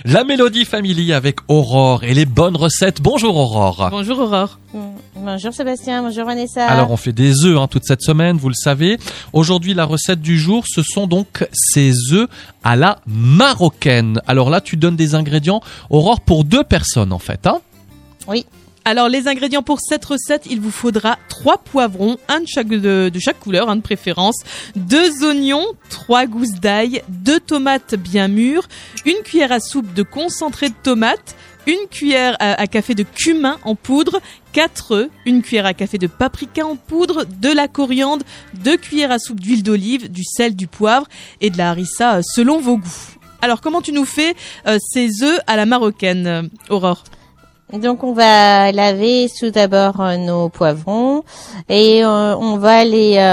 La Mélodie Family avec Aurore et les bonnes recettes. Bonjour Aurore. Bonjour Aurore. Bonjour Sébastien, bonjour Vanessa. Alors on fait des œufs toute cette semaine, vous le savez. Aujourd'hui la recette du jour, ce sont donc ces œufs à la marocaine. Alors là tu donnes des ingrédients, Aurore, pour 2 personnes en fait. Oui. Alors les ingrédients pour cette recette, il vous faudra 3 poivrons, un de chaque couleur, un de préférence, 2 oignons, 3 gousses d'ail, 2 tomates bien mûres, une cuillère à soupe de concentré de tomate, une cuillère à café de cumin en poudre, 4 œufs, une cuillère à café de paprika en poudre, de la coriandre, 2 cuillères à soupe d'huile d'olive, du sel, du poivre et de la harissa selon vos goûts. Alors comment tu nous fais ces œufs à la marocaine, Aurore ? Donc on va laver tout d'abord nos poivrons et on va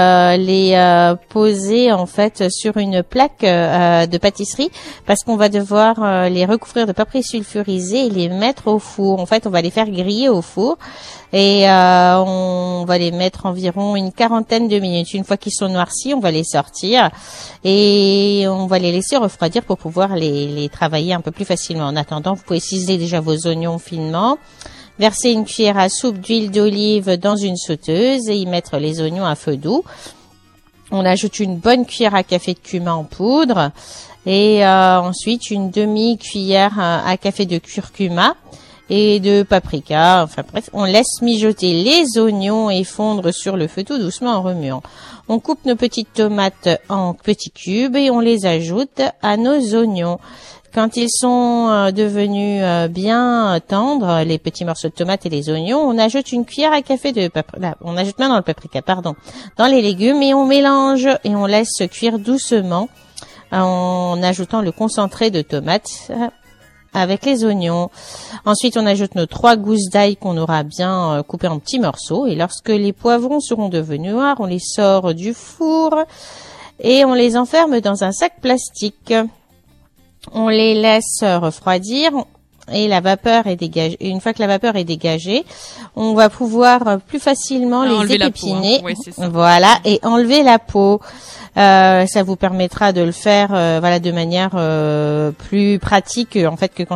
les poser en fait sur une plaque de pâtisserie parce qu'on va devoir les recouvrir de papier sulfurisé et les mettre au four. En fait, on va les faire griller au four et on va les mettre environ une 40aine de minutes. Une fois qu'ils sont noircis, on va les sortir et on va les laisser refroidir pour pouvoir les travailler un peu plus facilement. En attendant, vous pouvez ciseler déjà vos oignons finement, verser une cuillère à soupe d'huile d'olive dans une sauteuse et y mettre les oignons à feu doux. On ajoute une bonne cuillère à café de cumin en poudre et ensuite une demi-cuillère à café de curcuma et de paprika. Enfin bref, on laisse mijoter les oignons et fondre sur le feu tout doucement en remuant. On coupe nos petites tomates en petits cubes et on les ajoute à nos oignons. Quand ils sont devenus bien tendres, les petits morceaux de tomates et les oignons, on ajoute une cuillère à café de paprika. On ajoute maintenant le paprika, dans les légumes et on mélange et on laisse cuire doucement en ajoutant le concentré de tomates avec les oignons. Ensuite, on ajoute nos 3 gousses d'ail qu'on aura bien coupées en petits morceaux. Et lorsque les poivrons seront devenus noirs, on les sort du four et on les enferme dans un sac plastique. On les laisse refroidir et la vapeur est dégagée. Une fois que la vapeur est dégagée, on va pouvoir plus facilement les épépiner. Oui, c'est ça. Voilà, et enlever la peau. Ça vous permettra de le faire de manière plus pratique en fait que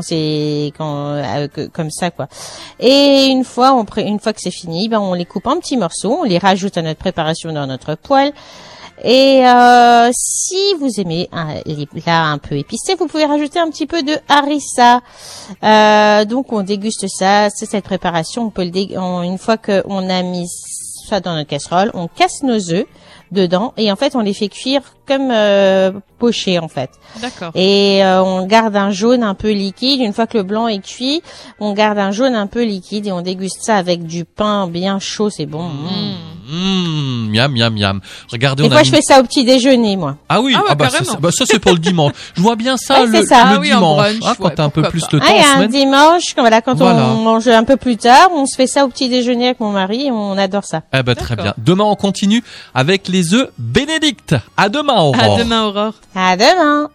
comme ça quoi. Et une fois que c'est fini, on les coupe en petits morceaux, on les rajoute à notre préparation dans notre poêle. Et si vous aimez les plats un peu épicés, vous pouvez rajouter un petit peu de harissa. Donc on déguste ça, c'est cette préparation. On peut une fois qu'on a mis ça dans notre casserole, on casse nos œufs dedans et en fait on les fait cuire comme pochés en fait. D'accord. Et on garde un jaune un peu liquide. Une fois que le blanc est cuit, on garde un jaune un peu liquide et on déguste ça avec du pain bien chaud, c'est bon. Miam, miam, miam. Regardez, je fais ça au petit déjeuner, moi. Ah oui, ça c'est pour le dimanche. Je vois bien ça le dimanche, quand t'as un peu plus de temps en un semaine. Dimanche, quand on mange un peu plus tard, on se fait ça au petit déjeuner avec mon mari et on adore ça. Très bien. Demain on continue avec les œufs Bénédicte. À demain, Aurore. À demain, Aurore. À demain.